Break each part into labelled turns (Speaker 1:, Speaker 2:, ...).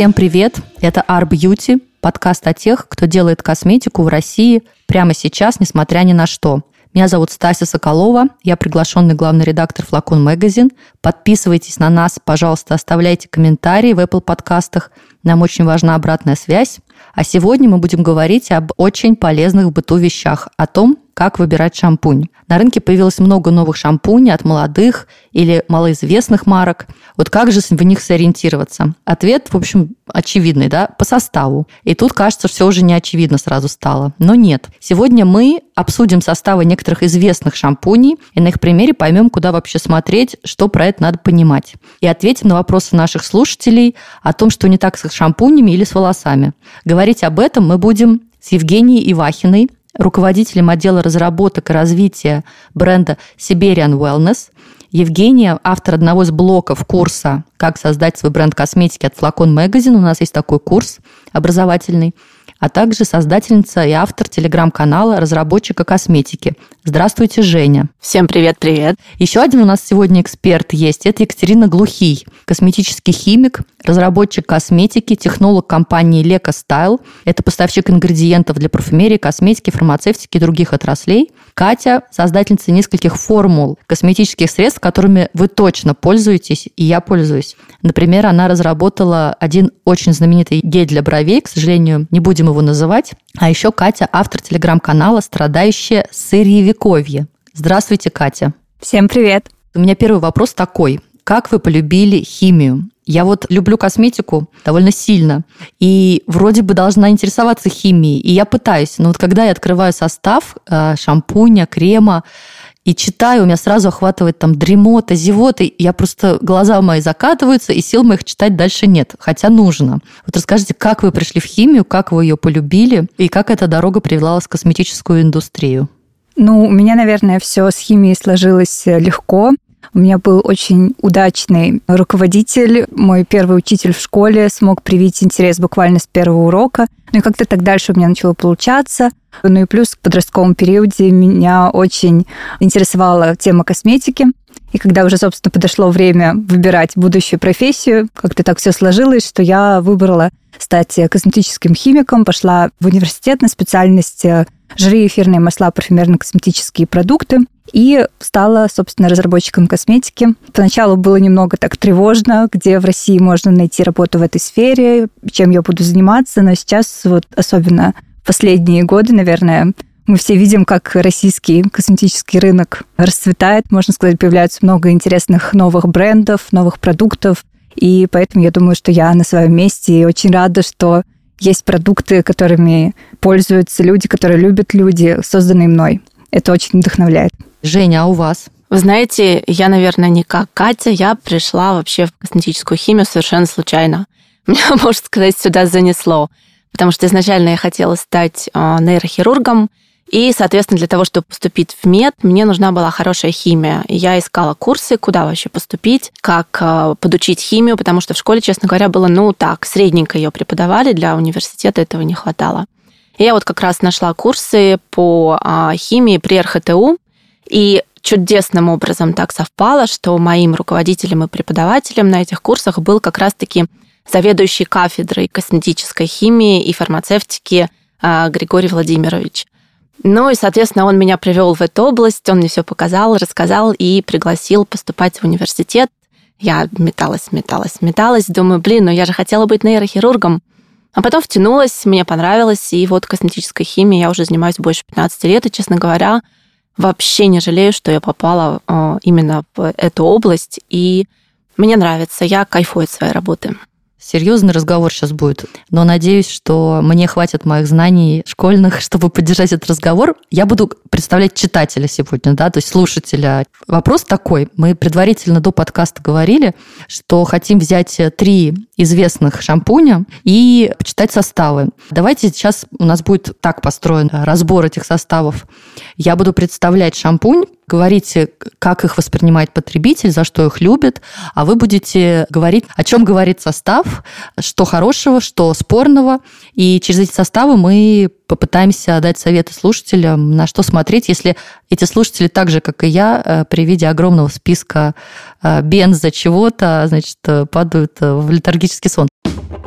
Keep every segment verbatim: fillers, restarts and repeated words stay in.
Speaker 1: Всем привет! Это Art Beauty, подкаст о тех, кто делает косметику в России прямо сейчас, несмотря ни на что. Меня зовут Стася Соколова, я приглашенный главный редактор Flacon Magazine. Подписывайтесь на нас, пожалуйста, оставляйте комментарии в Apple подкастах. Нам очень важна обратная связь. А сегодня мы будем говорить об очень полезных в быту вещах, о том, как выбирать шампунь. На рынке появилось много новых шампуней от молодых или малоизвестных марок. Вот как же в них сориентироваться? Ответ, в общем, очевидный, да, по составу. И тут, кажется, все уже не очевидно сразу стало. Но нет. Сегодня мы обсудим составы некоторых известных шампуней и на их примере поймем, куда вообще смотреть, что про это надо понимать. И ответим на вопросы наших слушателей о том, что не так с их шампунями или с волосами. Говорить об этом мы будем с Евгенией Ивахиной, руководителем отдела разработок и развития бренда Siberian Wellness. Евгения – автор одного из блоков курса «Как создать свой бренд косметики» от Flacon Magazine. У нас есть такой курс образовательный. А также создательница и автор телеграм-канала «Разработчика косметики». Здравствуйте, Женя.
Speaker 2: Всем привет-привет.
Speaker 1: Еще один у нас сегодня эксперт есть. Это Екатерина Глухий, косметический химик, разработчик косметики, технолог компании Leka Style. Это поставщик ингредиентов для парфюмерии, косметики, фармацевтики и других отраслей. Катя – создательница нескольких формул косметических средств, которыми вы точно пользуетесь, и я пользуюсь. Например, она разработала один очень знаменитый гель для бровей, к сожалению, не будем его называть. А еще Катя – автор телеграм-канала «Страдающая сырьевиковье». Здравствуйте, Катя.
Speaker 3: Всем привет.
Speaker 1: У меня первый вопрос такой. Как вы полюбили химию? Я вот люблю косметику довольно сильно, и вроде бы должна интересоваться химией, и я пытаюсь, но вот когда я открываю состав э, шампуня, крема, и читаю, у меня сразу охватывает там дремота, зевота, и я просто, глаза мои закатываются, и сил моих читать дальше нет, хотя нужно. Вот расскажите, как вы пришли в химию, как вы ее полюбили, и как эта дорога привела вас в косметическую индустрию?
Speaker 3: Ну, у меня, наверное, все с химией сложилось легко. У меня был очень удачный руководитель. Мой первый учитель в школе смог привить интерес буквально с первого урока. Ну и как-то так дальше у меня начало получаться. Ну и плюс в подростковом периоде меня очень интересовала тема косметики. И когда уже, собственно, подошло время выбирать будущую профессию, как-то так все сложилось, что я выбрала стать косметическим химиком, пошла в университет на специальность жиры, эфирные масла, парфюмерно-косметические продукты и стала, собственно, разработчиком косметики. Поначалу было немного так тревожно, где в России можно найти работу в этой сфере, чем я буду заниматься, но сейчас, вот особенно последние годы, наверное, мы все видим, как российский косметический рынок расцветает, можно сказать, появляется много интересных новых брендов, новых продуктов, и поэтому я думаю, что я на своем месте и очень рада, что есть продукты, которыми пользуются люди, которые любят люди, созданные мной. Это очень вдохновляет.
Speaker 1: Женя, а у вас?
Speaker 2: Вы знаете, я, наверное, не как Катя, я пришла вообще в косметическую химию совершенно случайно. Меня, можно сказать, сюда занесло, потому что изначально я хотела стать нейрохирургом, и, соответственно, для того, чтобы поступить в мед, мне нужна была хорошая химия. И я искала курсы, куда вообще поступить, как подучить химию, потому что в школе, честно говоря, было, ну, так, средненько ее преподавали, для университета этого не хватало. И я вот как раз нашла курсы по химии при эр ха тэ у, и чудесным образом так совпало, что моим руководителем и преподавателем на этих курсах был как раз-таки заведующий кафедрой косметической химии и фармацевтики Григорий Владимирович. Ну и, соответственно, он меня привел в эту область, он мне все показал, рассказал и пригласил поступать в университет. Я металась, металась, металась, думаю, блин, ну я же хотела быть нейрохирургом. А потом втянулась, мне понравилось, и вот косметической химией я уже занимаюсь больше пятнадцати лет, и, честно говоря, вообще не жалею, что я попала именно в эту область, и мне нравится, я кайфую от своей работы.
Speaker 1: Серьезный разговор сейчас будет, но надеюсь, что мне хватит моих знаний школьных, чтобы поддержать этот разговор. Я буду представлять читателя сегодня, да, то есть слушателя. Вопрос такой. Мы предварительно до подкаста говорили, что хотим взять три известных шампуня и почитать составы. Давайте сейчас у нас будет так построен разбор этих составов. Я буду представлять шампунь, говорить, как их воспринимает потребитель, за что их любит, а вы будете говорить, о чем говорит состав, что хорошего, что спорного. И через эти составы мы попытаемся дать советы слушателям, на что смотреть, если эти слушатели, так же, как и я, при виде огромного списка бенза чего-то, значит, падают в летаргический сон.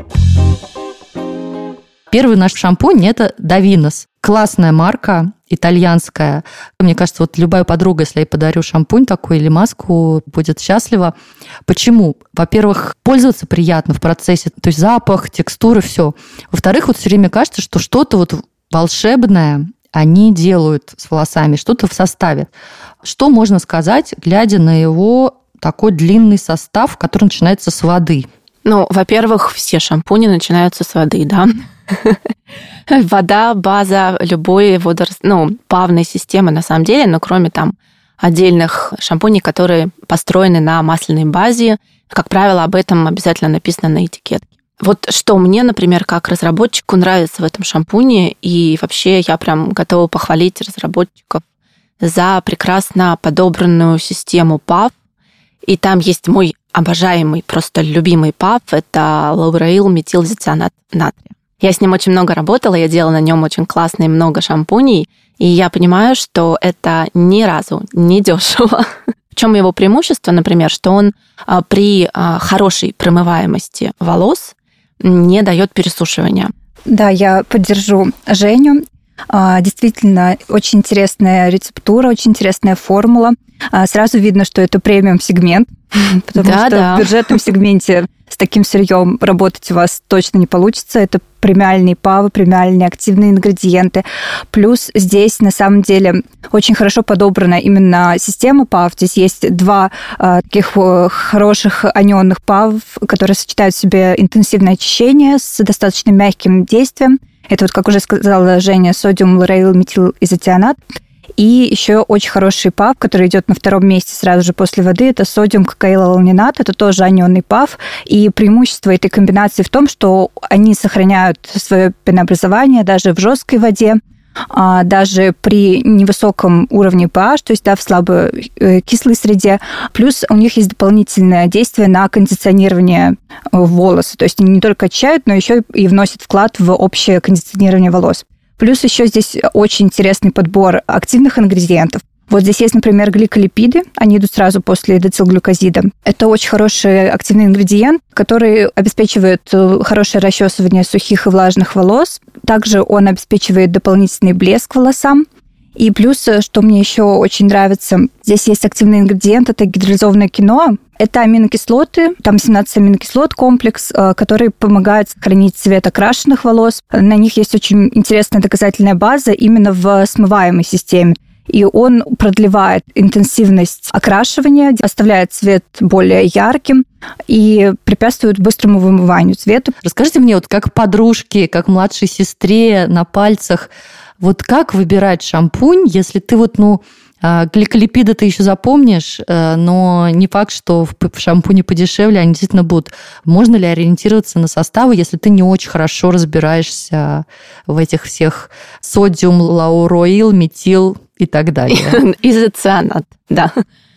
Speaker 1: Первый наш шампунь – это Davines. Классная марка, итальянская. Мне кажется, вот любая подруга, если я ей подарю шампунь такой или маску, будет счастлива. Почему? Во-первых, пользоваться приятно в процессе, то есть запах, текстура, все. Во-вторых, вот все время кажется, что что-то вот волшебное они делают с волосами, что-то в составе. Что можно сказать, глядя на его такой длинный состав, который начинается с воды?
Speaker 2: Ну, во-первых, все шампуни начинаются с воды, да. Вода – база любой водорос... ну, павной системы на самом деле, но кроме там отдельных шампуней, которые построены на масляной базе, как правило, об этом обязательно написано на этикетке. Вот что мне, например, как разработчику нравится в этом шампуне, и вообще я прям готова похвалить разработчиков за прекрасно подобранную систему пав. И там есть мой обожаемый, просто любимый пав, это лауреил метилизоцианат натрия. Я с ним очень много работала, я делала на нем очень классные много шампуней, и я понимаю, что это ни разу не дешево. В чем его преимущество, например, что он при хорошей промываемости волос не дает пересушивания.
Speaker 3: Да, я поддержу Женю. Действительно, очень интересная рецептура, очень интересная формула. Сразу видно, что это премиум-сегмент, потому да, что да. в бюджетном сегменте с таким сырьем работать у вас точно не получится. Это премиальные павы, премиальные активные ингредиенты. Плюс здесь, на самом деле, очень хорошо подобрана именно система пав. Здесь есть два э, таких хороших анионных пав, которые сочетают в себе интенсивное очищение с достаточно мягким действием. Это вот, как уже сказала Женя, содиум лауреил метилизоцианат. И еще очень хороший пав, который идет на втором месте сразу же после воды, это содиум кокаилаланинат, это тоже анионный пав. И преимущество этой комбинации в том, что они сохраняют свое пенообразование даже в жесткой воде, даже при невысоком уровне pH, то есть да, в слабой кислой среде. Плюс у них есть дополнительное действие на кондиционирование волоса. То есть они не только очищают, но еще и вносят вклад в общее кондиционирование волос. Плюс еще здесь очень интересный подбор активных ингредиентов. Вот здесь есть, например, гликолипиды, они идут сразу после децилглюкозида. Это очень хороший активный ингредиент, который обеспечивает хорошее расчесывание сухих и влажных волос. Также он обеспечивает дополнительный блеск волосам. И плюс, что мне еще очень нравится, здесь есть активный ингредиент, это гидролизованное киноа. Это аминокислоты, там семнадцать аминокислот комплекс, который помогает сохранить цвет окрашенных волос. На них есть очень интересная доказательная база именно в смываемой системе. И он продлевает интенсивность окрашивания, оставляет цвет более ярким и препятствует быстрому вымыванию цвета.
Speaker 1: Расскажите мне, вот как подружке, как младшей сестре на пальцах, вот как выбирать шампунь, если ты вот, ну, гликолипиды ты еще запомнишь, но не факт, что в шампуне подешевле они действительно будут. Можно ли ориентироваться на составы, если ты не очень хорошо разбираешься в этих всех содиум, лауреил, метил и так далее?
Speaker 2: Изоцианат, да.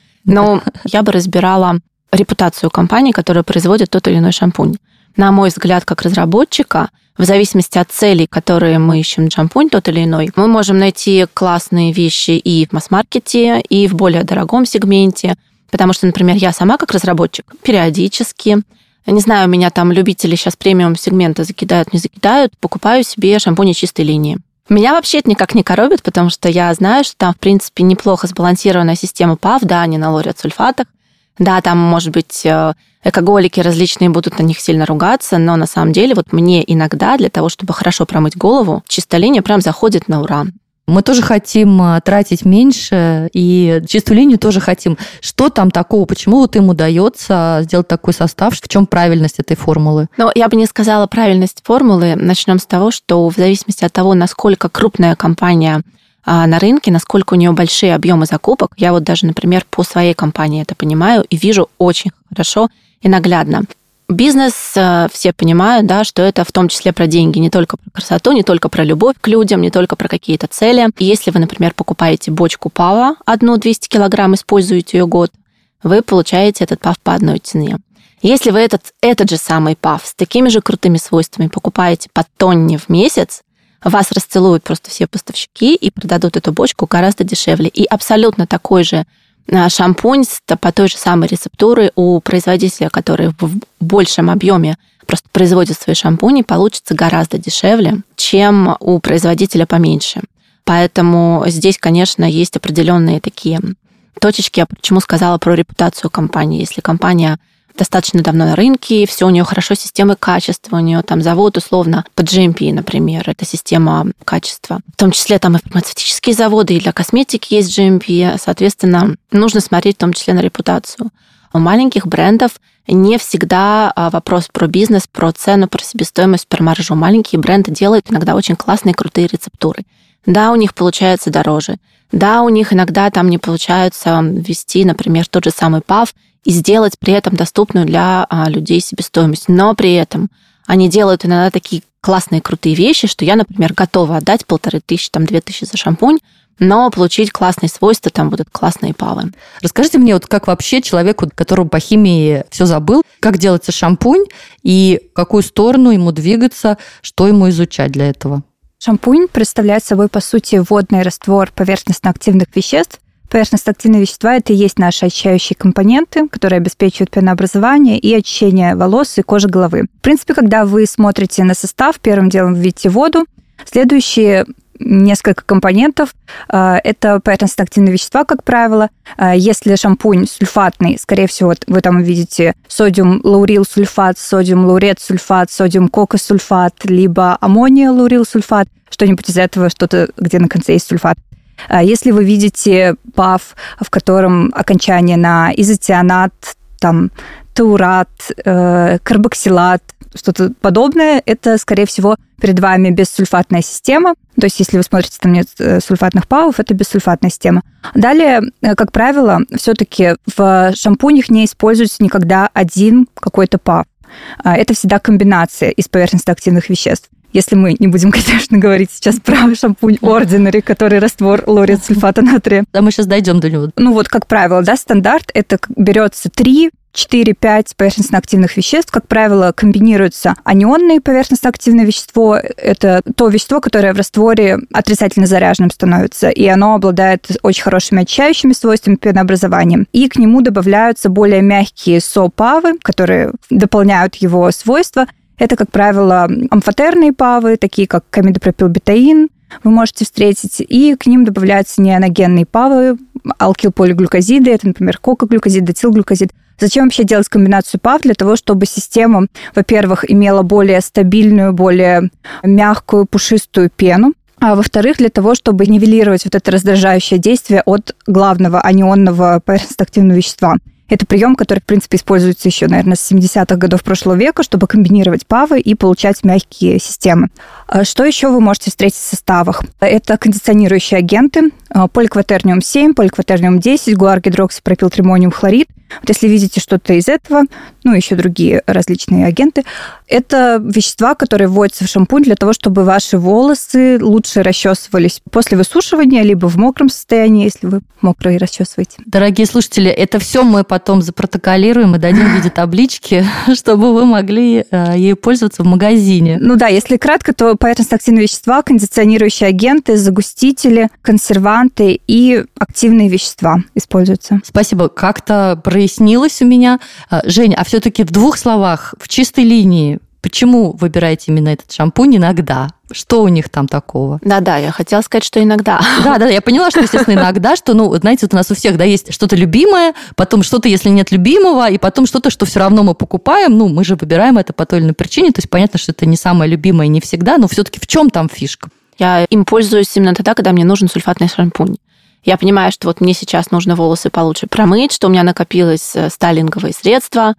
Speaker 2: Но я бы разбирала репутацию компании, которая производит тот или иной шампунь. На мой взгляд, как разработчика, в зависимости от целей, которые мы ищем шампунь тот или иной, мы можем найти классные вещи и в масс-маркете, и в более дорогом сегменте. Потому что, например, я сама как разработчик периодически, не знаю, меня там любители сейчас премиум-сегмента закидают, не закидают, покупаю себе шампуни чистой линии. Меня вообще это никак не коробит, потому что я знаю, что там, в принципе, неплохо сбалансированная система пав, да, они на лауретсульфатах, да, там, может быть, экоголики различные будут на них сильно ругаться, но на самом деле вот мне иногда для того, чтобы хорошо промыть голову, чистая линия прям заходит на ура.
Speaker 1: Мы тоже хотим тратить меньше, и чистую линию тоже хотим. Что там такого? Почему вот им удается сделать такой состав? В чем правильность этой формулы?
Speaker 2: Ну, я бы не сказала правильность формулы. Начнем с того, что в зависимости от того, насколько крупная компания на рынке, насколько у нее большие объемы закупок, я вот даже, например, по своей компании это понимаю и вижу очень хорошо и наглядно. Бизнес, все понимают, да, что это в том числе про деньги, не только про красоту, не только про любовь к людям, не только про какие-то цели. И если вы, например, покупаете бочку пава, одну двести килограмм, используете ее год, вы получаете этот пав по одной цене. Если вы этот, этот же самый пав с такими же крутыми свойствами покупаете по тонне в месяц, вас расцелуют просто все поставщики и продадут эту бочку гораздо дешевле. И абсолютно такой же шампунь по той же самой рецептуре у производителя, который в большем объеме просто производит свои шампуни, получится гораздо дешевле, чем у производителя поменьше. Поэтому здесь, конечно, есть определенные такие точечки. Я почему сказала про репутацию компании. Если компания достаточно давно на рынке, все у нее хорошо, системы качества, у нее там завод условно по джи эм пи, например, это система качества. В том числе там и фармацевтические заводы, и для косметики есть джи эм пи, соответственно, нужно смотреть в том числе на репутацию. У маленьких брендов не всегда вопрос про бизнес, про цену, про себестоимость, про маржу. Маленькие бренды делают иногда очень классные, крутые рецептуры. Да, у них получается дороже. Да, у них иногда там не получается ввести, например, тот же самый паф и сделать при этом доступную для людей себестоимость. Но при этом они делают иногда такие классные, крутые вещи, что я, например, готова отдать полторы тысячи, там, две тысячи за шампунь, но получить классные свойства, там будут классные павы.
Speaker 1: Расскажите мне, вот как вообще человеку, которому по химии все забыл, как делается шампунь и в какую сторону ему двигаться, что ему изучать для этого?
Speaker 3: Шампунь представляет собой, по сути, водный раствор поверхностно-активных веществ. Поверхностно-активные вещества – это и есть наши очищающие компоненты, которые обеспечивают пенообразование и очищение волос и кожи головы. В принципе, когда вы смотрите на состав, первым делом вы видите воду, следующие несколько компонентов – это поверхностно-активные вещества, как правило. Если шампунь сульфатный, скорее всего, вы там увидите содиум-лаурил-сульфат, содиум-лаурет-сульфат, содиум-кокос-сульфат, либо аммония-лаурил-сульфат, что-нибудь из этого, что-то, где на конце есть сульфат. Если вы видите паф, в котором окончание на изотианат, там, таурат, карбоксилат, что-то подобное, это, скорее всего, перед вами бессульфатная система. То есть, если вы смотрите, там нет сульфатных павов, это бессульфатная система. Далее, как правило, все-таки в шампунях не используется никогда один какой-то пав. Это всегда комбинация из поверхностно-активных веществ. Если мы не будем, конечно, говорить сейчас про шампунь Ordinary, который раствор лауреат сульфата натрия.
Speaker 1: Да, мы сейчас дойдем до него.
Speaker 3: Ну вот, как правило, да, стандарт, это берется три, четыре, пять поверхностно-активных веществ. Как правило, комбинируются анионные поверхностно-активное вещество. Это то вещество, которое в растворе отрицательно заряженным становится, и оно обладает очень хорошими очищающими свойствами, пенообразованием. И к нему добавляются более мягкие сопавы, которые дополняют его свойства. Это, как правило, амфотерные павы, такие как камидопропилбетаин, вы можете встретить, и к ним добавляются неоногенные павы, алкилполиглюкозиды, это, например, кокоглюкозид, этилглюкозид. Зачем вообще делать комбинацию пав? Для того, чтобы система, во-первых, имела более стабильную, более мягкую, пушистую пену, а во-вторых, для того, чтобы нивелировать вот это раздражающее действие от главного анионного поверхностно-активного вещества. Это прием, который, в принципе, используется еще, наверное, с семидесятых годов прошлого века, чтобы комбинировать павы и получать мягкие системы. Что еще вы можете встретить в составах? Это кондиционирующие агенты, поликватерниум семь, поликватерниум десять, гуар-гидроксипропилтримониум хлорид. Вот если видите что-то из этого, ну, еще другие различные агенты, это вещества, которые вводятся в шампунь для того, чтобы ваши волосы лучше расчесывались после высушивания, либо в мокром состоянии, если вы мокрые расчесываете.
Speaker 1: Дорогие слушатели, это все мы потом запротоколируем и дадим в виде таблички, чтобы вы могли ею пользоваться в магазине.
Speaker 3: Ну да, если кратко, то поверхностно-активные вещества, кондиционирующие агенты, загустители, консерванты и активные вещества используются.
Speaker 1: Спасибо. Как-то прояснилось у меня. Жень, а все-таки в двух словах, в чистой линии, почему выбираете именно этот шампунь иногда? Что у них там такого?
Speaker 2: Да-да, я хотела сказать, что иногда.
Speaker 1: Да-да, я поняла, что, естественно, иногда, что, ну, знаете, вот у нас у всех, да, есть что-то любимое, потом что-то, если нет любимого, и потом что-то, что все равно мы покупаем, ну, мы же выбираем это по той или иной причине, то есть понятно, что это не самое любимое не всегда, но все-таки в чем там фишка?
Speaker 2: Я им пользуюсь именно тогда, когда мне нужен сульфатный шампунь. Я понимаю, что вот мне сейчас нужно волосы получше промыть, что у меня накопилось стайлинговые средства,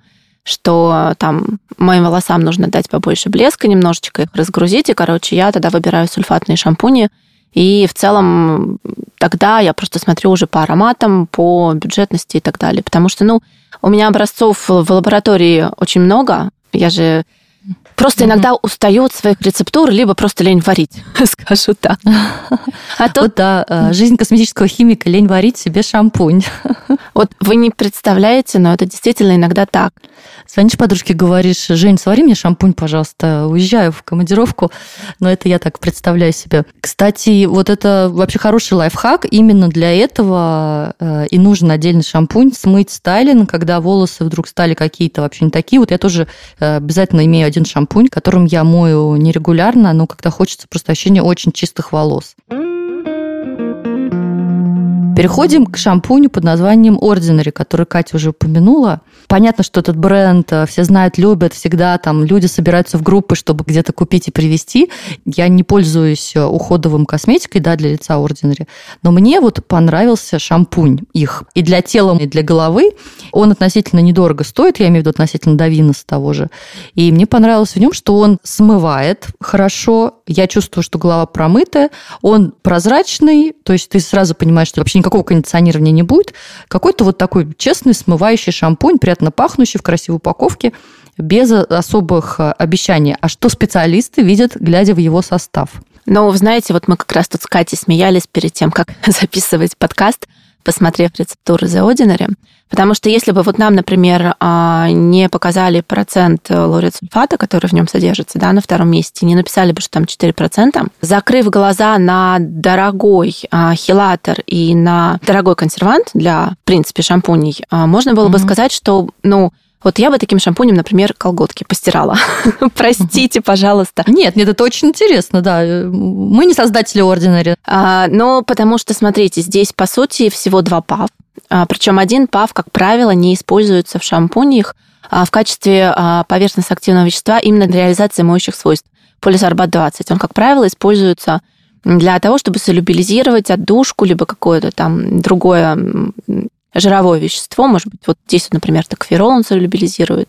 Speaker 2: что там моим волосам нужно дать побольше блеска, немножечко их разгрузить, и, короче, я тогда выбираю сульфатные шампуни, и в целом тогда я просто смотрю уже по ароматам, по бюджетности и так далее, потому что, ну, у меня образцов в лаборатории очень много, я же Просто mm-hmm. иногда устаю от своих рецептур, либо просто лень варить, скажу так.
Speaker 1: А то... Вот да, жизнь косметического химика, лень варить себе шампунь.
Speaker 2: Вот вы не представляете, но это действительно иногда так.
Speaker 1: Звонишь подружке, говоришь: Жень, свари мне шампунь, пожалуйста, уезжаю в командировку. Но это я так представляю себе. Кстати, вот это вообще хороший лайфхак. Именно для этого и нужен отдельный шампунь, смыть стайлинг, когда волосы вдруг стали какие-то вообще не такие. Вот я тоже обязательно имею один шампунь, которым я мою нерегулярно, но когда хочется просто ощущение очень чистых волос. Переходим к шампуню под названием Ordinary, который Катя уже упомянула. Понятно, что этот бренд все знают, любят, всегда там люди собираются в группы, чтобы где-то купить и привезти. Я не пользуюсь уходовым косметикой, да, для лица Ordinary, но мне вот понравился шампунь их. И для тела, и для головы он относительно недорого стоит, я имею в виду относительно Davines того же. И мне понравилось в нем, что он смывает хорошо, я чувствую, что голова промытая, он прозрачный, то есть ты сразу понимаешь, что вообще никакого кондиционирования не будет. Какой-то вот такой честный смывающий шампунь, приятно пахнущий, в красивой упаковке, без особых обещаний. А что специалисты видят, глядя в его состав?
Speaker 2: Ну, вы знаете, вот мы как раз тут с Катей смеялись перед тем, как записывать подкаст, посмотрев рецептуру The Ordinary. Потому что если бы вот нам, например, не показали процент лауретсульфата, который в нем содержится, да, на втором месте, не написали бы, что там четыре процента, закрыв глаза на дорогой хелатор и на дорогой консервант для, в принципе, шампуней, можно было mm-hmm. бы сказать, что, ну, вот я бы таким шампунем, например, колготки постирала. Простите, пожалуйста.
Speaker 1: Нет, нет, это очень интересно, да. Мы не создатели Ordinary.
Speaker 2: А, но потому что, смотрите, здесь, по сути, всего два пав. А, причем один пав, как правило, не используется в шампунях а, в качестве а, поверхностно-активного вещества именно для реализации моющих свойств. Полисорбат двадцать. Он, как правило, используется для того, чтобы солюбилизировать отдушку, либо какое-то там другое жировое вещество, может быть, вот здесь, например, токоферол он солюбилизирует.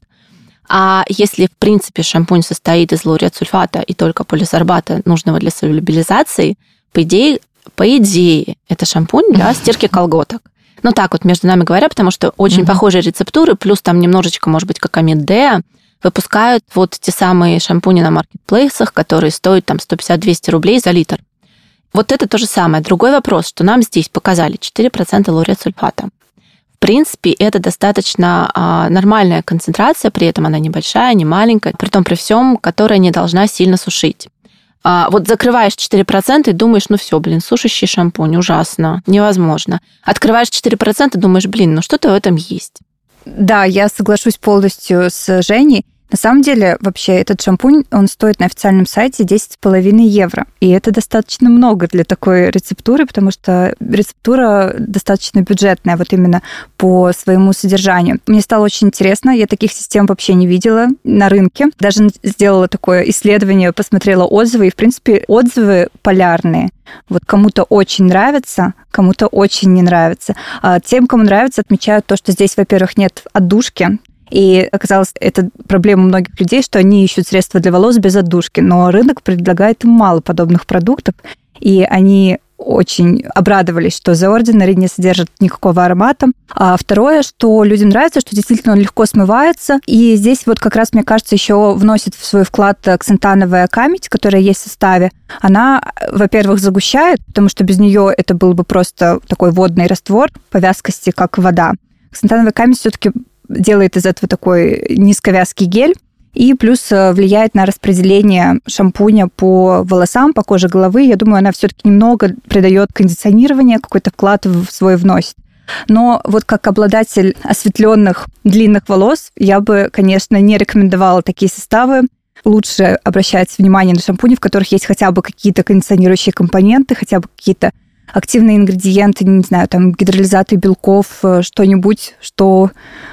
Speaker 2: А если, в принципе, шампунь состоит из лауретсульфата и только полисорбата, нужного для солюбилизации, по идее, по идее, это шампунь для стирки колготок. Ну, так вот, между нами говоря, потому что очень mm-hmm. похожие рецептуры, плюс там немножечко, может быть, как Амид Д, выпускают вот те самые шампуни на маркетплейсах, которые стоят там сто пятьдесят - двести рублей за литр. Вот это то же самое. Другой вопрос, что нам здесь показали четыре процента лауретсульфата. В принципе, это достаточно а, нормальная концентрация, при этом она небольшая, не маленькая, при том при всем, которая не должна сильно сушить. А, вот закрываешь четыре процента и думаешь, ну все, блин, сушащий шампунь, ужасно, невозможно. Открываешь четыре процента и думаешь, блин, ну что-то в этом есть.
Speaker 3: Да, я соглашусь полностью с Женей. На самом деле, вообще, этот шампунь, он стоит на официальном сайте десять с половиной евро. И это достаточно много для такой рецептуры, потому что рецептура достаточно бюджетная, вот именно по своему содержанию. Мне стало очень интересно, я таких систем вообще не видела на рынке. Даже сделала такое исследование, посмотрела отзывы, и, в принципе, отзывы полярные. Вот кому-то очень нравится, кому-то очень не нравится. А тем, кому нравится, отмечают то, что здесь, во-первых, нет отдушки. И оказалось, это проблема многих людей, что они ищут средства для волос без отдушки, но рынок предлагает им мало подобных продуктов, и они очень обрадовались, что The Ordinary не содержит никакого аромата. А второе, что людям нравится, что действительно он легко смывается, и здесь вот как раз, мне кажется, еще вносит в свой вклад ксантановая камедь, которая есть в составе. Она, во-первых, загущает, потому что без нее это был бы просто такой водный раствор по вязкости, как вода. Ксантановая камедь все-таки делает из этого такой низковязкий гель, и плюс влияет на распределение шампуня по волосам, по коже головы. Я думаю, она все-таки немного придает кондиционирование, какой-то вклад в свой вносит. Но вот как обладатель осветленных длинных волос, я бы, конечно, не рекомендовала такие составы. Лучше обращать внимание на шампуни, в которых есть хотя бы какие-то кондиционирующие компоненты, хотя бы какие-то активные ингредиенты, не знаю, там гидролизаты белков, что-нибудь, что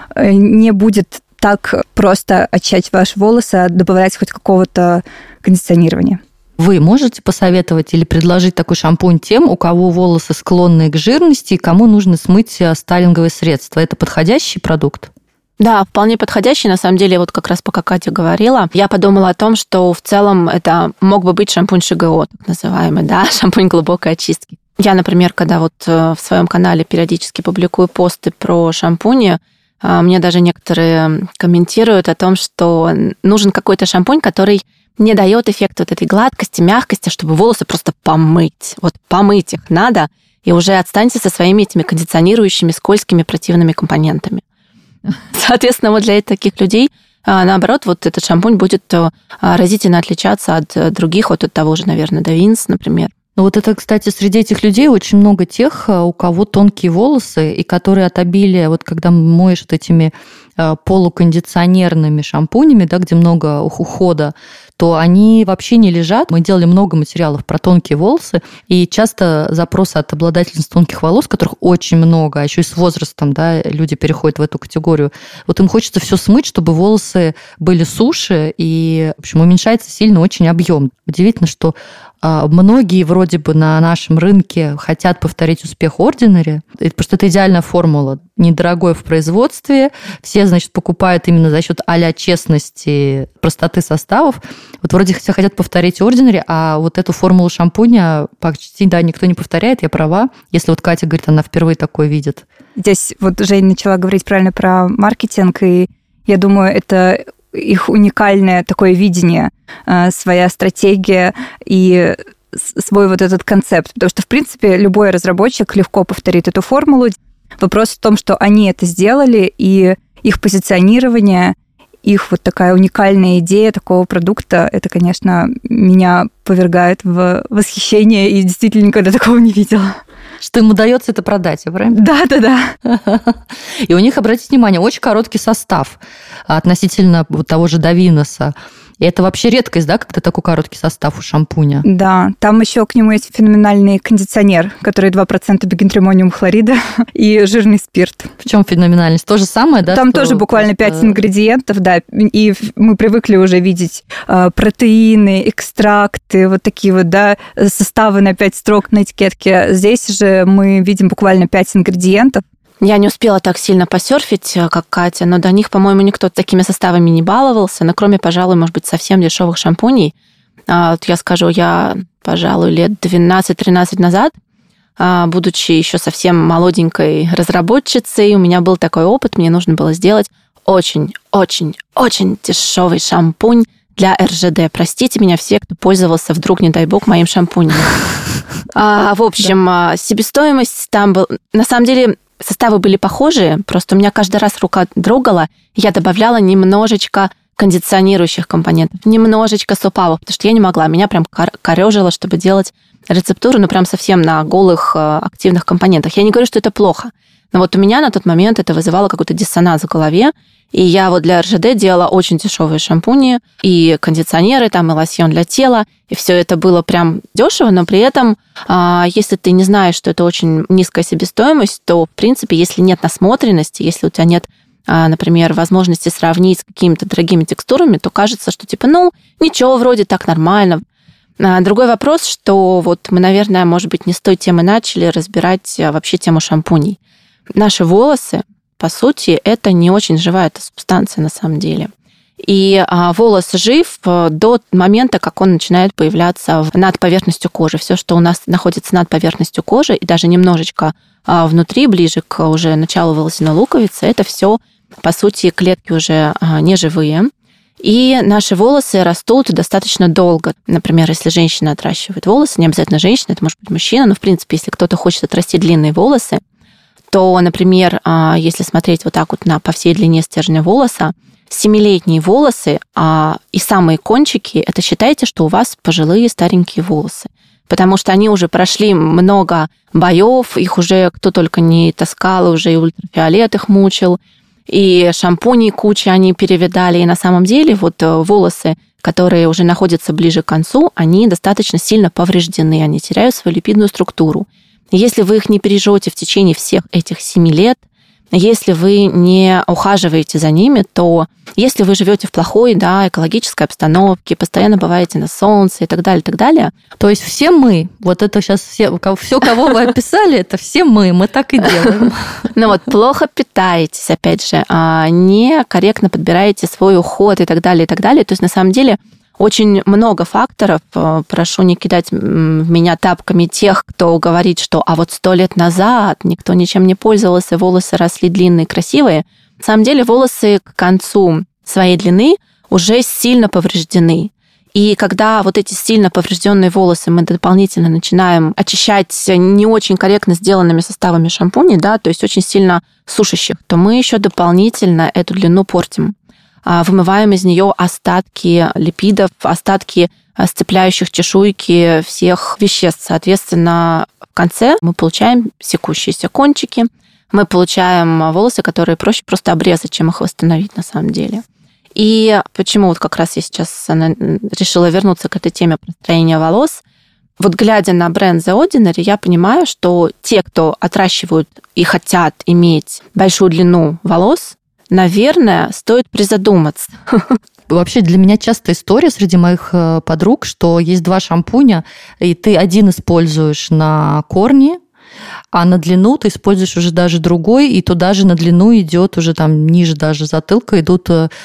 Speaker 3: не будет так просто очищать ваши волосы, а добавлять хоть какого-то кондиционирования.
Speaker 1: Вы можете посоветовать или предложить такой шампунь тем, у кого волосы склонны к жирности и кому нужно смыть стайлинговые средства? Это подходящий продукт?
Speaker 2: Да, вполне подходящий. На самом деле, вот как раз пока Катя говорила, я подумала о том, что в целом это мог бы быть шампунь ШГО, так называемый, да, шампунь глубокой очистки. Я, например, когда вот в своем канале периодически публикую посты про шампуни, Мне даже некоторые комментируют о том, что нужен какой-то шампунь, который не дает эффект вот этой гладкости, мягкости, чтобы волосы просто помыть. Вот помыть их надо, и уже отстаньте со своими этими кондиционирующими, скользкими, противными компонентами. Соответственно, вот для таких людей, наоборот, вот этот шампунь будет разительно отличаться от других, вот от того же, наверное, Davins, например.
Speaker 1: Ну вот это, кстати, среди этих людей очень много тех, у кого тонкие волосы, и которые от обилия, вот когда моешь вот этими полукондиционерными шампунями, да, где много ухода, то они вообще не лежат. Мы делали много материалов про тонкие волосы, и часто запросы от обладательниц тонких волос, которых очень много, а еще и с возрастом, да, люди переходят в эту категорию. Вот им хочется все смыть, чтобы волосы были суше, и, в общем, уменьшается сильно очень объем. Удивительно, что многие вроде бы на нашем рынке хотят повторить успех Ordinary, потому что это идеальная формула. Недорогой в производстве, все, значит, покупают именно за счет а-ля честности, простоты составов. Вот вроде все хотят повторить Ordinary, а вот эту формулу шампуня почти, да, никто не повторяет, я права. Если вот Катя говорит, она впервые такое видит.
Speaker 3: Здесь вот Жень начала говорить правильно про маркетинг, и я думаю, это их уникальное такое видение, своя стратегия и свой вот этот концепт. Потому что, в принципе, любой разработчик легко повторит эту формулу. Вопрос в том, что они это сделали, и их позиционирование, их вот такая уникальная идея такого продукта, это, конечно, меня повергает в восхищение, и действительно никогда такого не видела.
Speaker 1: Что им удается это продать, я правильно?
Speaker 3: Да, да, да.
Speaker 1: И у них, обратите внимание, очень короткий состав относительно того же Davins. И это вообще редкость, да, когда такой короткий состав у шампуня?
Speaker 3: Да, там еще к нему есть феноменальный кондиционер, который два процента бигентримониум хлорида и жирный спирт.
Speaker 1: В чем феноменальность? То же самое, да?
Speaker 3: Там тоже буквально пять просто... ингредиентов, да, и мы привыкли уже видеть э, протеины, экстракты, вот такие вот, да, составы на пять строк на этикетке. Здесь же мы видим буквально пять ингредиентов.
Speaker 2: Я не успела так сильно посерфить, как Катя, но до них, по-моему, никто такими составами не баловался, но кроме, пожалуй, может быть, совсем дешевых шампуней. Вот я скажу, я, пожалуй, лет двенадцать-тринадцать назад, будучи еще совсем молоденькой разработчицей, у меня был такой опыт, мне нужно было сделать очень-очень-очень дешевый шампунь для эр жэ дэ. Простите меня все, кто пользовался, вдруг, не дай бог, моим шампунем. А, в общем, да. Себестоимость там была... На самом деле, составы были похожие, просто у меня каждый раз рука дрогала, я добавляла немножечко кондиционирующих компонентов, немножечко супавов, потому что я не могла, меня прям корёжило, чтобы делать рецептуру, ну, прям совсем на голых активных компонентах. Я не говорю, что это плохо, но вот у меня на тот момент это вызывало какой-то диссонанс в голове, и я вот для эр жэ дэ делала очень дешевые шампуни, и кондиционеры, там, и лосьон для тела, и все это было прям дешево, но при этом, если ты не знаешь, что это очень низкая себестоимость, то, в принципе, если нет насмотренности, если у тебя нет, например, возможности сравнить с какими-то дорогими текстурами, то кажется, что типа, ну, ничего, вроде так нормально. Другой вопрос, что вот мы, наверное, может быть, не с той темы начали разбирать вообще тему шампуней. Наши волосы, по сути, это не очень живая эта субстанция на самом деле. И волос жив до момента, как он начинает появляться над поверхностью кожи. Все, что у нас находится над поверхностью кожи, и даже немножечко внутри, ближе к уже началу волосяной луковицы, это все, по сути, клетки уже неживые. И наши волосы растут достаточно долго. Например, если женщина отращивает волосы, не обязательно женщина, это может быть мужчина, но, в принципе, если кто-то хочет отрастить длинные волосы, то, например, если смотреть вот так вот на, по всей длине стержня волоса, семилетние волосы а, и самые кончики, это считайте, что у вас пожилые старенькие волосы. Потому что они уже прошли много боев, их уже кто только не таскал, уже и ультрафиолет их мучил, и шампуней куча они перевидали. И на самом деле вот волосы, которые уже находятся ближе к концу, они достаточно сильно повреждены, они теряют свою липидную структуру. Если вы их не бережете в течение всех этих семи лет, если вы не ухаживаете за ними, то если вы живете в плохой, да, экологической обстановке, постоянно бываете на солнце и так далее, и так далее.
Speaker 1: То есть все мы, вот это сейчас все, все, кого вы описали, это все мы, мы так и делаем.
Speaker 2: Ну вот, плохо питаетесь, опять же, некорректно подбираете свой уход и так далее, и так далее. То есть на самом деле очень много факторов. Прошу не кидать в меня тапками тех, кто говорит, что а вот сто лет назад никто ничем не пользовался, волосы росли длинные, красивые. На самом деле волосы к концу своей длины уже сильно повреждены. И когда вот эти сильно поврежденные волосы мы дополнительно начинаем очищать не очень корректно сделанными составами шампуней, да, то есть очень сильно сушащих, то мы еще дополнительно эту длину портим. Вымываем из нее остатки липидов, остатки сцепляющих чешуйки всех веществ. Соответственно, в конце мы получаем секущиеся кончики, мы получаем волосы, которые проще просто обрезать, чем их восстановить на самом деле. И почему вот как раз я сейчас решила вернуться к этой теме построения волос. Вот глядя на бренд The Ordinary, я понимаю, что те, кто отращивают и хотят иметь большую длину волос, наверное, стоит призадуматься.
Speaker 1: Вообще для меня частая история среди моих подруг, что есть два шампуня, и ты один используешь на корни, а на длину ты используешь уже даже другой, и туда же на длину идет уже там ниже даже затылка идут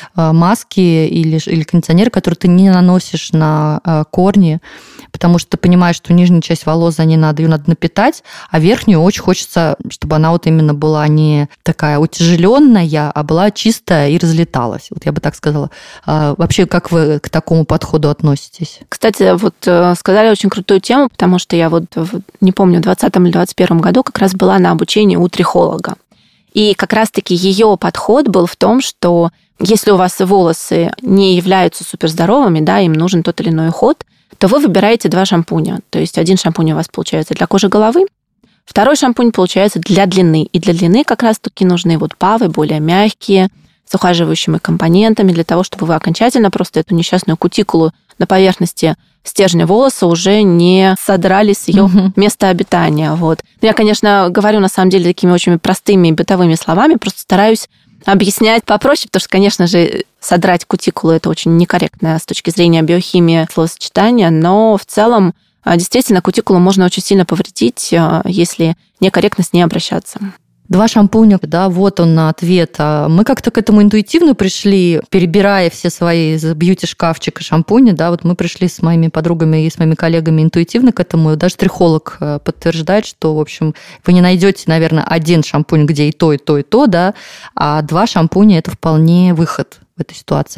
Speaker 1: маски или, или кондиционеры, которые ты не наносишь на корни, потому что ты понимаешь, что нижняя часть волос, за ней надо, ее надо напитать, а верхнюю очень хочется, чтобы она вот именно была не такая утяжеленная, а была чистая и разлеталась. Вот я бы так сказала. Вообще, как вы к такому подходу относитесь?
Speaker 2: Кстати, вот сказали очень крутую тему, потому что я вот, не помню, в двадцатом или двадцать первом году как раз была на обучении у трихолога. И как раз-таки ее подход был в том, что если у вас волосы не являются суперздоровыми, да, им нужен тот или иной уход, то вы выбираете два шампуня. То есть один шампунь у вас получается для кожи головы, второй шампунь получается для длины. И для длины как раз-таки нужны вот павы более мягкие, с ухаживающими компонентами, для того, чтобы вы окончательно просто эту несчастную кутикулу на поверхности стержня волоса уже не содрали с ее угу. места обитания. Вот. Я, конечно, говорю на самом деле такими очень простыми бытовыми словами, просто стараюсь объяснять попроще, потому что, конечно же, содрать кутикулу – это очень некорректно с точки зрения биохимии словосочетания, но в целом действительно кутикулу можно очень сильно повредить, если некорректно с ней обращаться.
Speaker 1: Два шампуня, да, вот он ответ. Мы как-то к этому интуитивно пришли, перебирая все свои из бьюти-шкафчика шампуни, да, вот мы пришли с моими подругами и с моими коллегами интуитивно к этому. Даже трихолог подтверждает, что, в общем, вы не найдете, наверное, один шампунь, где и то, и то, и то, да, а два шампуня – это вполне выход в этой ситуации.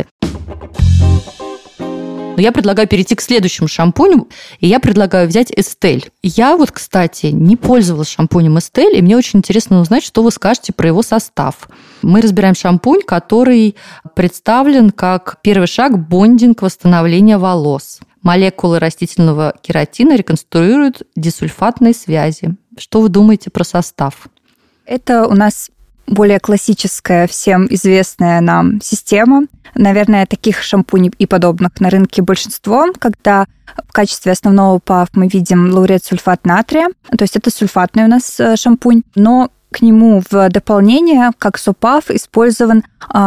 Speaker 1: Но я предлагаю перейти к следующему шампуню, и я предлагаю взять Estelle. Я вот, кстати, не пользовалась шампунем Estelle, и мне очень интересно узнать, что вы скажете про его состав. Мы разбираем шампунь, который представлен как первый шаг бондинг восстановления волос. Молекулы растительного кератина реконструируют дисульфатные связи. Что вы думаете про состав?
Speaker 3: Это у нас более классическая, всем известная нам система. Наверное, таких шампуней и подобных на рынке большинство, когда в качестве основного пав мы видим лаурет сульфат натрия, то есть это сульфатный у нас шампунь, но к нему в дополнение, как сопав, использован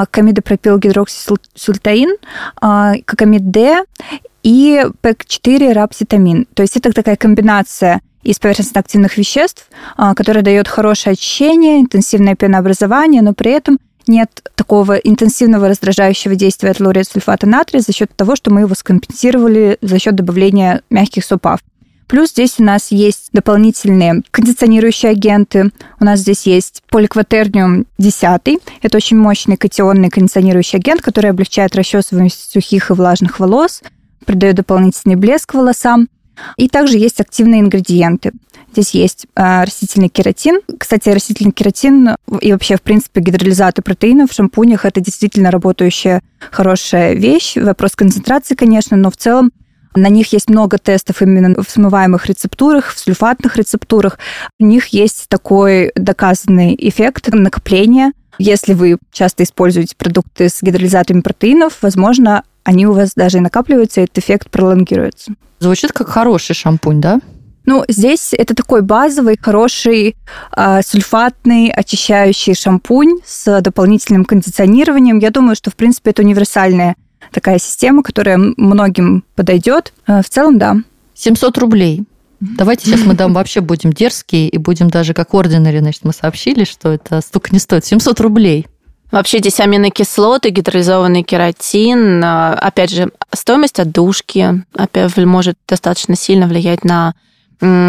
Speaker 3: камидопропилгидроксисультаин, кокамид-D и пэк четыре рапситамин. То есть это такая комбинация из поверхностно-активных веществ, которая дает хорошее очищение, интенсивное пенообразование, но при этом нет такого интенсивного раздражающего действия от лауретсульфата натрия за счет того, что мы его скомпенсировали за счет добавления мягких сопав. Плюс здесь у нас есть дополнительные кондиционирующие агенты. У нас здесь есть поликватерниум десять. Это очень мощный катионный кондиционирующий агент, который облегчает расчесывание сухих и влажных волос, придает дополнительный блеск волосам. И также есть активные ингредиенты. Здесь есть э, растительный кератин. Кстати, растительный кератин и вообще, в принципе, гидролизаты протеинов в шампунях – это действительно работающая хорошая вещь. Вопрос концентрации, конечно, но в целом на них есть много тестов именно в смываемых рецептурах, в сульфатных рецептурах. У них есть такой доказанный эффект накопления. Если вы часто используете продукты с гидролизатами протеинов, возможно, они у вас даже и накапливаются, и этот эффект пролонгируется.
Speaker 1: Звучит как хороший шампунь, да?
Speaker 3: Ну, здесь это такой базовый, хороший, э, сульфатный, очищающий шампунь с дополнительным кондиционированием. Я думаю, что, в принципе, это универсальная такая система, которая многим подойдет. Э, в целом, да.
Speaker 1: семьсот рублей. Давайте сейчас мы там вообще будем дерзкие и будем даже как Ordinary, значит, мы сообщили, что это столько не стоит. семьсот рублей.
Speaker 2: Вообще здесь аминокислоты, гидролизованный кератин. Опять же, стоимость отдушки опять может достаточно сильно влиять на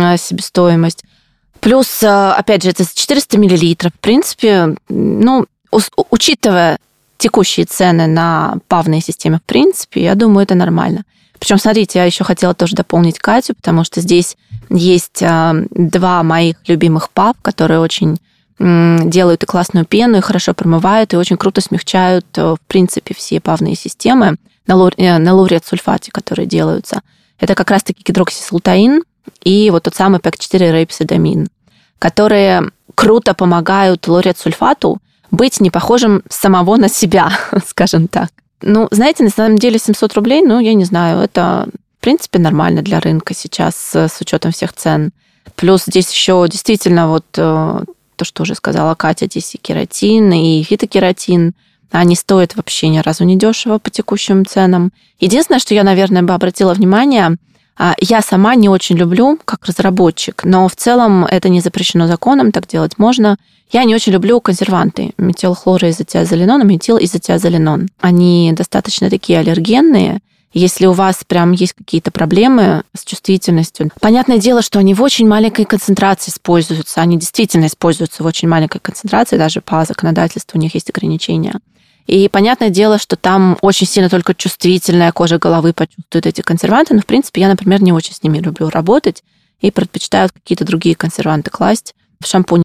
Speaker 2: себестоимость. Плюс, опять же, это четыреста миллилитров. В принципе, ну, Учитывая текущие цены на павные системы, в принципе, я думаю, это нормально. Причем, смотрите, я еще хотела тоже дополнить Катю, потому что здесь есть два моих любимых пав, которые очень делают и классную пену, и хорошо промывают, и очень круто смягчают, в принципе, все павные системы на лауретсульфате, которые делаются. Это как раз-таки гидроксисултаин и вот тот самый пэк четыре рейпсидамин, которые круто помогают лауретсульфату быть не похожим самого на себя, скажем так. Ну, знаете, на самом деле семьсот рублей, ну, я не знаю, это, в принципе, нормально для рынка сейчас с учетом всех цен. Плюс здесь еще действительно вот то, что уже сказала Катя, здесь и кератин, и фитокератин. Они стоят вообще ни разу не дешево по текущим ценам. Единственное, что я, наверное, бы обратила внимание, я сама не очень люблю, как разработчик, но в целом это не запрещено законом, так делать можно. Я не очень люблю консерванты. Метилхлороизотиазолинон и метилизотиазолинон. Они достаточно такие аллергенные. Если у вас прям есть какие-то проблемы с чувствительностью, понятное дело, что они в очень маленькой концентрации используются. Они действительно используются в очень маленькой концентрации, даже по законодательству у них есть ограничения. И понятное дело, что там очень сильно только чувствительная кожа головы почувствует эти консерванты, но, в принципе, я, например, не очень с ними люблю работать и предпочитаю какие-то другие консерванты класть в шампунь.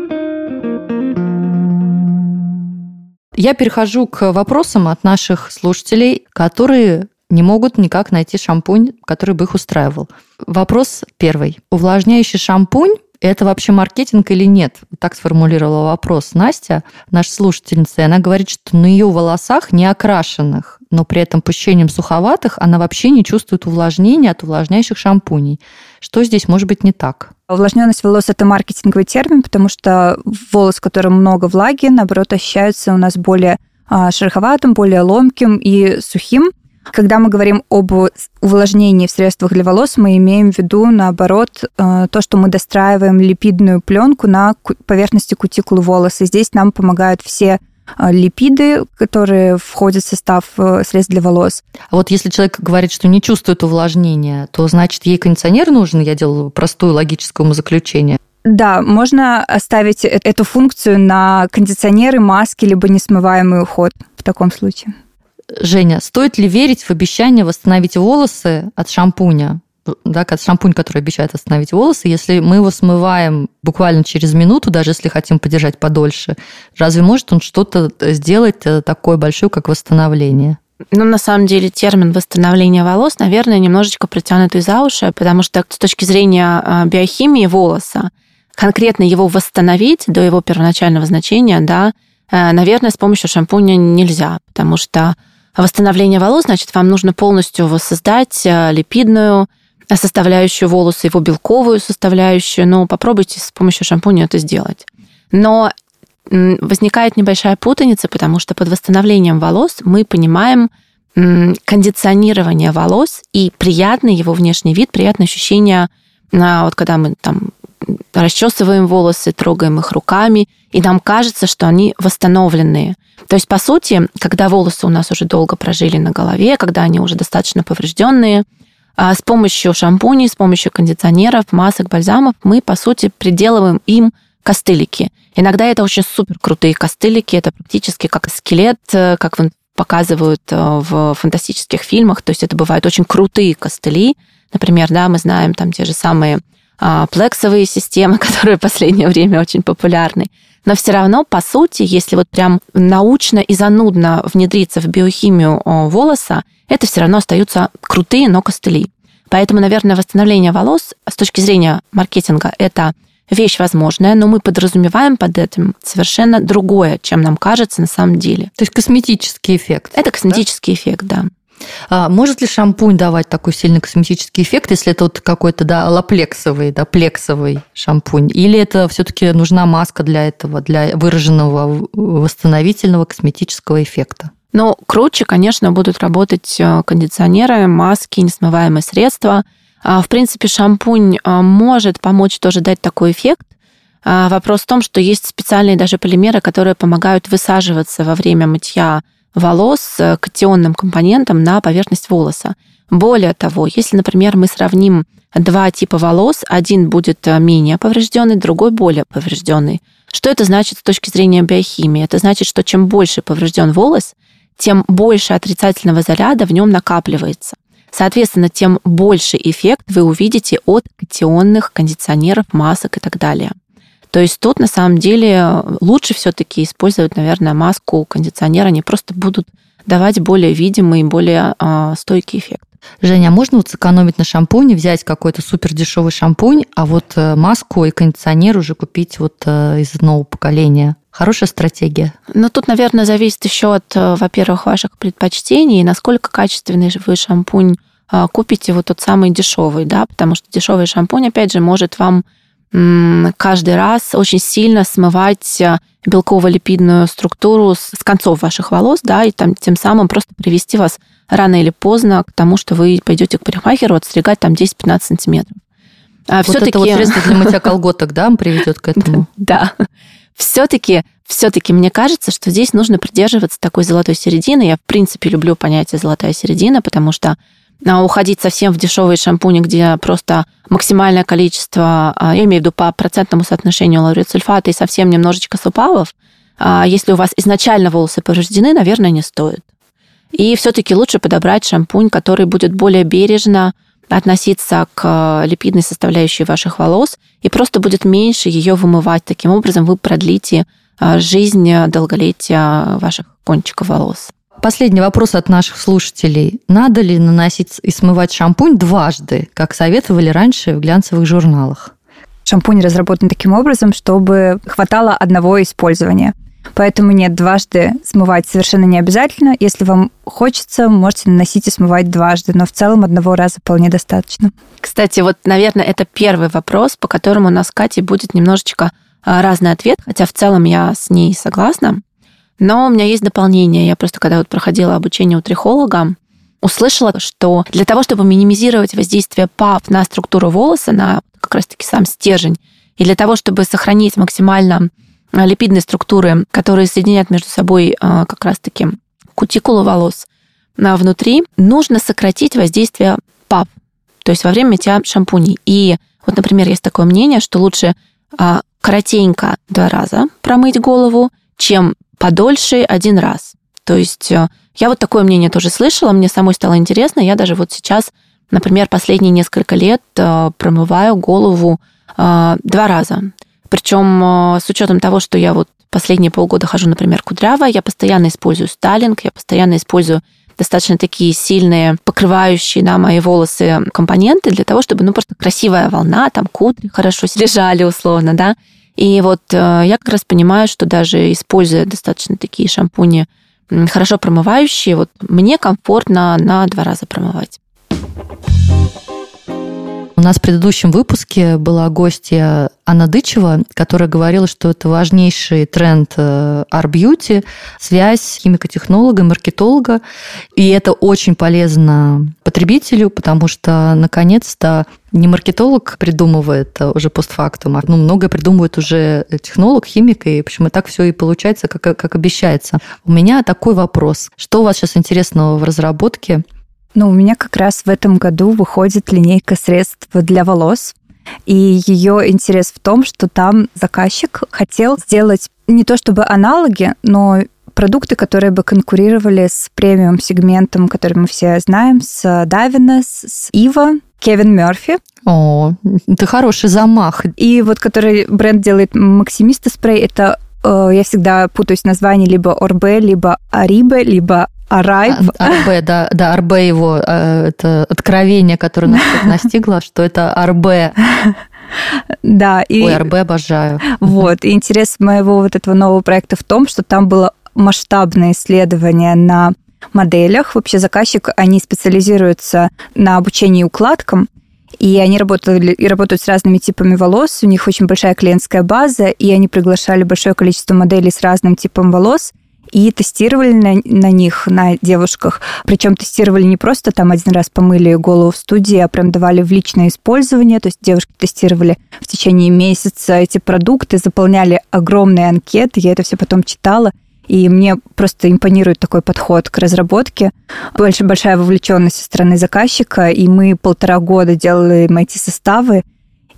Speaker 1: Я перехожу к вопросам от наших слушателей, которые не могут никак найти шампунь, который бы их устраивал. Вопрос первый. Увлажняющий шампунь – это вообще маркетинг или нет? Так сформулировала вопрос Настя, наша слушательница. И она говорит, что на ее волосах не окрашенных, но при этом по ощущениям суховатых, она вообще не чувствует увлажнения от увлажняющих шампуней. Что здесь может быть не так?
Speaker 3: Увлажненность волос – это маркетинговый термин, потому что волос, в котором много влаги, наоборот, ощущается у нас более шероховатым, более ломким и сухим. Когда мы говорим об увлажнении в средствах для волос, мы имеем в виду, наоборот, то, что мы достраиваем липидную пленку на поверхности кутикулы волоса. Здесь нам помогают все липиды, которые входят в состав средств для волос.
Speaker 1: А вот если человек говорит, что не чувствует увлажнения, то значит, ей кондиционер нужен? Я делаю простое логическое умозаключение.
Speaker 3: Да, можно оставить эту функцию на кондиционеры, маски, либо несмываемый уход в таком случае.
Speaker 1: Женя, стоит ли верить в обещание восстановить волосы от шампуня? Да, шампунь, который обещает восстановить волосы, если мы его смываем буквально через минуту, даже если хотим подержать подольше, разве может он что-то сделать такое большое, как восстановление?
Speaker 2: Ну, на самом деле, термин «восстановление волос», наверное, немножечко притянутый за уши, потому что с точки зрения биохимии волоса, конкретно его восстановить до его первоначального значения, да, наверное, с помощью шампуня нельзя, потому что восстановление волос, значит, вам нужно полностью воссоздать липидную составляющую волоса, его белковую составляющую. Ну, попробуйте с помощью шампуня это сделать. Но возникает небольшая путаница, потому что под восстановлением волос мы понимаем кондиционирование волос и приятный его внешний вид, приятное ощущение, вот когда мы там расчесываем волосы, трогаем их руками, и нам кажется, что они восстановленные. То есть, по сути, когда волосы у нас уже долго прожили на голове, когда они уже достаточно поврежденные, с помощью шампуней, с помощью кондиционеров, масок, бальзамов мы, по сути, приделываем им костылики. Иногда это очень супер крутые костылики, это практически как скелет, как показывают в фантастических фильмах, то есть это бывают очень крутые костыли. Например, да, мы знаем там те же самые плексовые системы, которые в последнее время очень популярны. Но все равно, по сути, если вот прям научно и занудно внедриться в биохимию волоса, это все равно остаются крутые, но костыли. Поэтому, наверное, восстановление волос с точки зрения маркетинга – это вещь возможная, но мы подразумеваем под этим совершенно другое, чем нам кажется на самом деле.
Speaker 1: То есть косметический эффект.
Speaker 2: Это косметический да? эффект, да.
Speaker 1: А может ли шампунь давать такой сильный косметический эффект, если это вот какой-то да, лаплексовый, да, плексовый шампунь? Или это все-таки нужна маска для этого, для выраженного восстановительного косметического эффекта?
Speaker 2: Но круче, конечно, будут работать кондиционеры, маски, несмываемые средства. В принципе, шампунь может помочь тоже дать такой эффект. Вопрос в том, что есть специальные даже полимеры, которые помогают высаживаться во время мытья волос катионным компонентом на поверхность волоса. Более того, если, например, мы сравним два типа волос, один будет менее поврежденный, другой более поврежденный, Что это значит с точки зрения биохимии? Это значит, что чем больше поврежден волос, тем больше отрицательного заряда в нем накапливается. Соответственно, тем больше эффект вы увидите от катионных кондиционеров, масок и так далее. То есть тут на самом деле лучше все-таки использовать, наверное, маску, кондиционер, они просто будут давать более видимый, более э, стойкий эффект.
Speaker 1: Женя, а можно вот сэкономить на шампуне, взять какой-то супер дешевый шампунь, а вот маску и кондиционер уже купить вот из нового поколения? Хорошая стратегия?
Speaker 2: Ну, тут, наверное, зависит еще от, во-первых, ваших предпочтений, насколько качественный вы шампунь купите, вот тот самый дешевый, да, потому что дешевый шампунь, опять же, может вам каждый раз очень сильно смывать белково-липидную структуру с концов ваших волос, да, и там, тем самым просто привести вас рано или поздно к тому, что вы пойдете к парикмахеру отстригать там десять-пятнадцать сантиметров. А
Speaker 1: вот
Speaker 2: всё-таки...
Speaker 1: это вот средство для мытья колготок, да, приведет к этому?
Speaker 2: Да. Все-таки, все-таки мне кажется, что здесь нужно придерживаться такой золотой середины. Я, в принципе, люблю понятие «золотая середина», потому что уходить совсем в дешевые шампуни, где просто максимальное количество, я имею в виду по процентному соотношению лауретсульфата и совсем немножечко супавов, если у вас изначально волосы повреждены, наверное, не стоит. И все-таки лучше подобрать шампунь, который будет более бережно относиться к липидной составляющей ваших волос и просто будет меньше ее вымывать. Таким образом вы продлите жизнь, долголетия ваших кончиков волос.
Speaker 1: Последний вопрос от наших слушателей. Надо ли наносить и смывать шампунь дважды, как советовали раньше в глянцевых журналах?
Speaker 3: Шампунь разработан таким образом, чтобы хватало одного использования. Поэтому нет, дважды смывать совершенно не обязательно. Если вам хочется, можете наносить и смывать дважды, но в целом одного раза вполне достаточно.
Speaker 2: Кстати, вот, наверное, это первый вопрос, по которому у нас с Катей будет немножечко разный ответ, хотя в целом я с ней согласна. Но у меня есть дополнение. Я просто, когда вот проходила обучение у трихолога, услышала, что для того, чтобы минимизировать воздействие ПАФ на структуру волоса, на как раз-таки сам стержень, и для того, чтобы сохранить максимально липидные структуры, которые соединяют между собой как раз-таки кутикулу волос внутри, нужно сократить воздействие ПАФ, то есть во время мытья шампуней. И вот, например, есть такое мнение, что лучше коротенько два раза промыть голову, чем подольше один раз. То есть я вот такое мнение тоже слышала, мне самой стало интересно. Я даже вот сейчас, например, последние несколько лет промываю голову два раза. Причем с учетом того, что я вот последние полгода хожу, например, кудрявая, я постоянно использую стайлинг, я постоянно использую достаточно такие сильные, покрывающие да, мои волосы компоненты для того, чтобы, ну, просто красивая волна, там кудри хорошо лежали условно, да. И вот я как раз понимаю, что даже используя достаточно такие шампуни, хорошо промывающие, вот мне комфортно на два раза промывать.
Speaker 1: У нас в предыдущем выпуске была гостья Анна Дычева, которая говорила, что это важнейший тренд Art-Beauty, связь химико-технолога, маркетолога. И это очень полезно потребителю, потому что, наконец-то, не маркетолог придумывает уже постфактум, а ну, многое придумывает уже технолог, химик, и почему так все и получается, как, как обещается. У меня такой вопрос. Что у вас сейчас интересного в разработке?
Speaker 3: Ну, у меня как раз в этом году выходит линейка средств для волос. И ее интерес в том, что там заказчик хотел сделать не то чтобы аналоги, но продукты, которые бы конкурировали с премиум-сегментом, который мы все знаем, с Davines, с Ива, Кевин Мёрфи.
Speaker 1: О, это хороший замах.
Speaker 3: И вот который бренд делает Максимиста спрей, это э, я всегда путаюсь в названии либо Орбе, либо Арибе, либо Арайб.
Speaker 1: Арбе, да, да, Арбе его, это откровение, которое нас настигло, что это Арбе.
Speaker 3: Да, и...
Speaker 1: Ой, Арбе обожаю.
Speaker 3: Вот, и интерес моего вот этого нового проекта в том, что там было масштабное исследование на моделях. Вообще заказчик, они специализируются на обучении укладкам, и они работали и работают с разными типами волос, у них очень большая клиентская база, и они приглашали большое количество моделей с разным типом волос, и тестировали на, на них, на девушках. Причем тестировали не просто там один раз помыли голову в студии, а прям давали в личное использование. То есть девушки тестировали в течение месяца эти продукты, заполняли огромные анкеты. Я это все потом читала. И мне просто импонирует такой подход к разработке. Больше большая вовлеченность со стороны заказчика. И мы полтора года делали эти составы.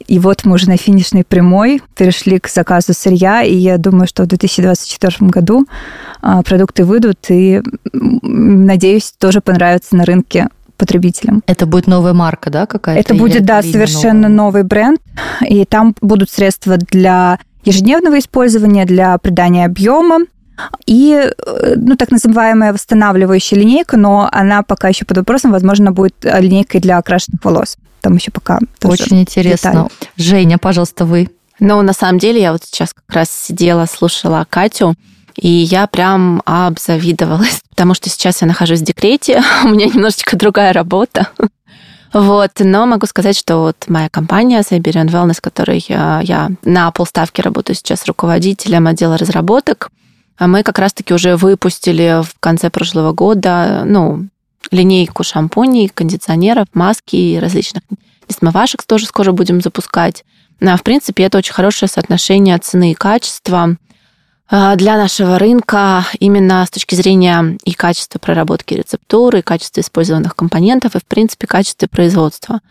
Speaker 3: И вот мы уже на финишной прямой перешли к заказу сырья, и я думаю, что в две тысячи двадцать четвёртом году продукты выйдут, и, надеюсь, тоже понравятся на рынке потребителям.
Speaker 1: Это будет новая марка, да, какая-то?
Speaker 3: Это будет, да, совершенно новый бренд, и там будут средства для ежедневного использования, для придания объема, и, ну, так называемая восстанавливающая линейка, но она пока еще под вопросом, возможно, будет линейкой для окрашенных волос. Там еще пока
Speaker 1: очень интересно. Деталь. Женя, пожалуйста, вы.
Speaker 2: Ну, на самом деле, я вот сейчас как раз сидела, слушала Катю, и я прям обзавидовалась, потому что сейчас я нахожусь в декрете, у меня немножечко другая работа. Вот, но могу сказать, что вот моя компания Siberian Wellness, с которой я на полставки работаю сейчас руководителем отдела разработок, мы как раз-таки уже выпустили в конце прошлого года, ну, линейку шампуней, кондиционеров, маски и различных несмывашек тоже скоро будем запускать. Но, в принципе, это очень хорошее соотношение цены и качества для нашего рынка именно с точки зрения и качества проработки рецептуры, и качества использованных компонентов, и, в принципе, качества производства.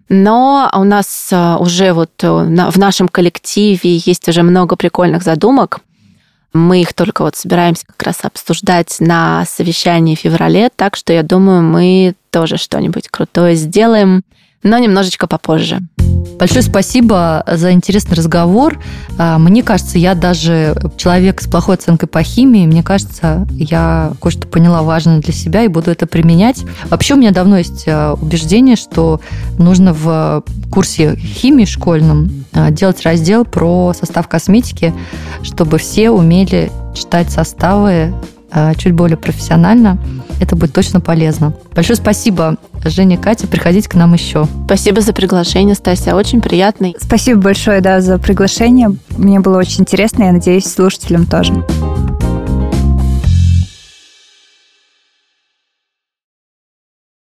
Speaker 2: Но у нас уже вот в нашем коллективе есть уже много прикольных задумок. Мы их только вот собираемся как раз обсуждать на совещании в феврале, так что я думаю, мы тоже что-нибудь крутое сделаем, но немножечко попозже.
Speaker 1: Большое спасибо за интересный разговор. Мне кажется, я даже человек с плохой оценкой по химии, мне кажется, я кое-что поняла важное для себя и буду это применять. Вообще у меня давно есть убеждение, что нужно в курсе химии школьном делать раздел про состав косметики, чтобы все умели читать составы чуть более профессионально. Это будет точно полезно. Большое спасибо, Женя, Катя. Приходите к нам еще.
Speaker 2: Спасибо за приглашение, Стася. Очень приятно.
Speaker 3: Спасибо большое, да, за приглашение. Мне было очень интересно. Я надеюсь, слушателям тоже.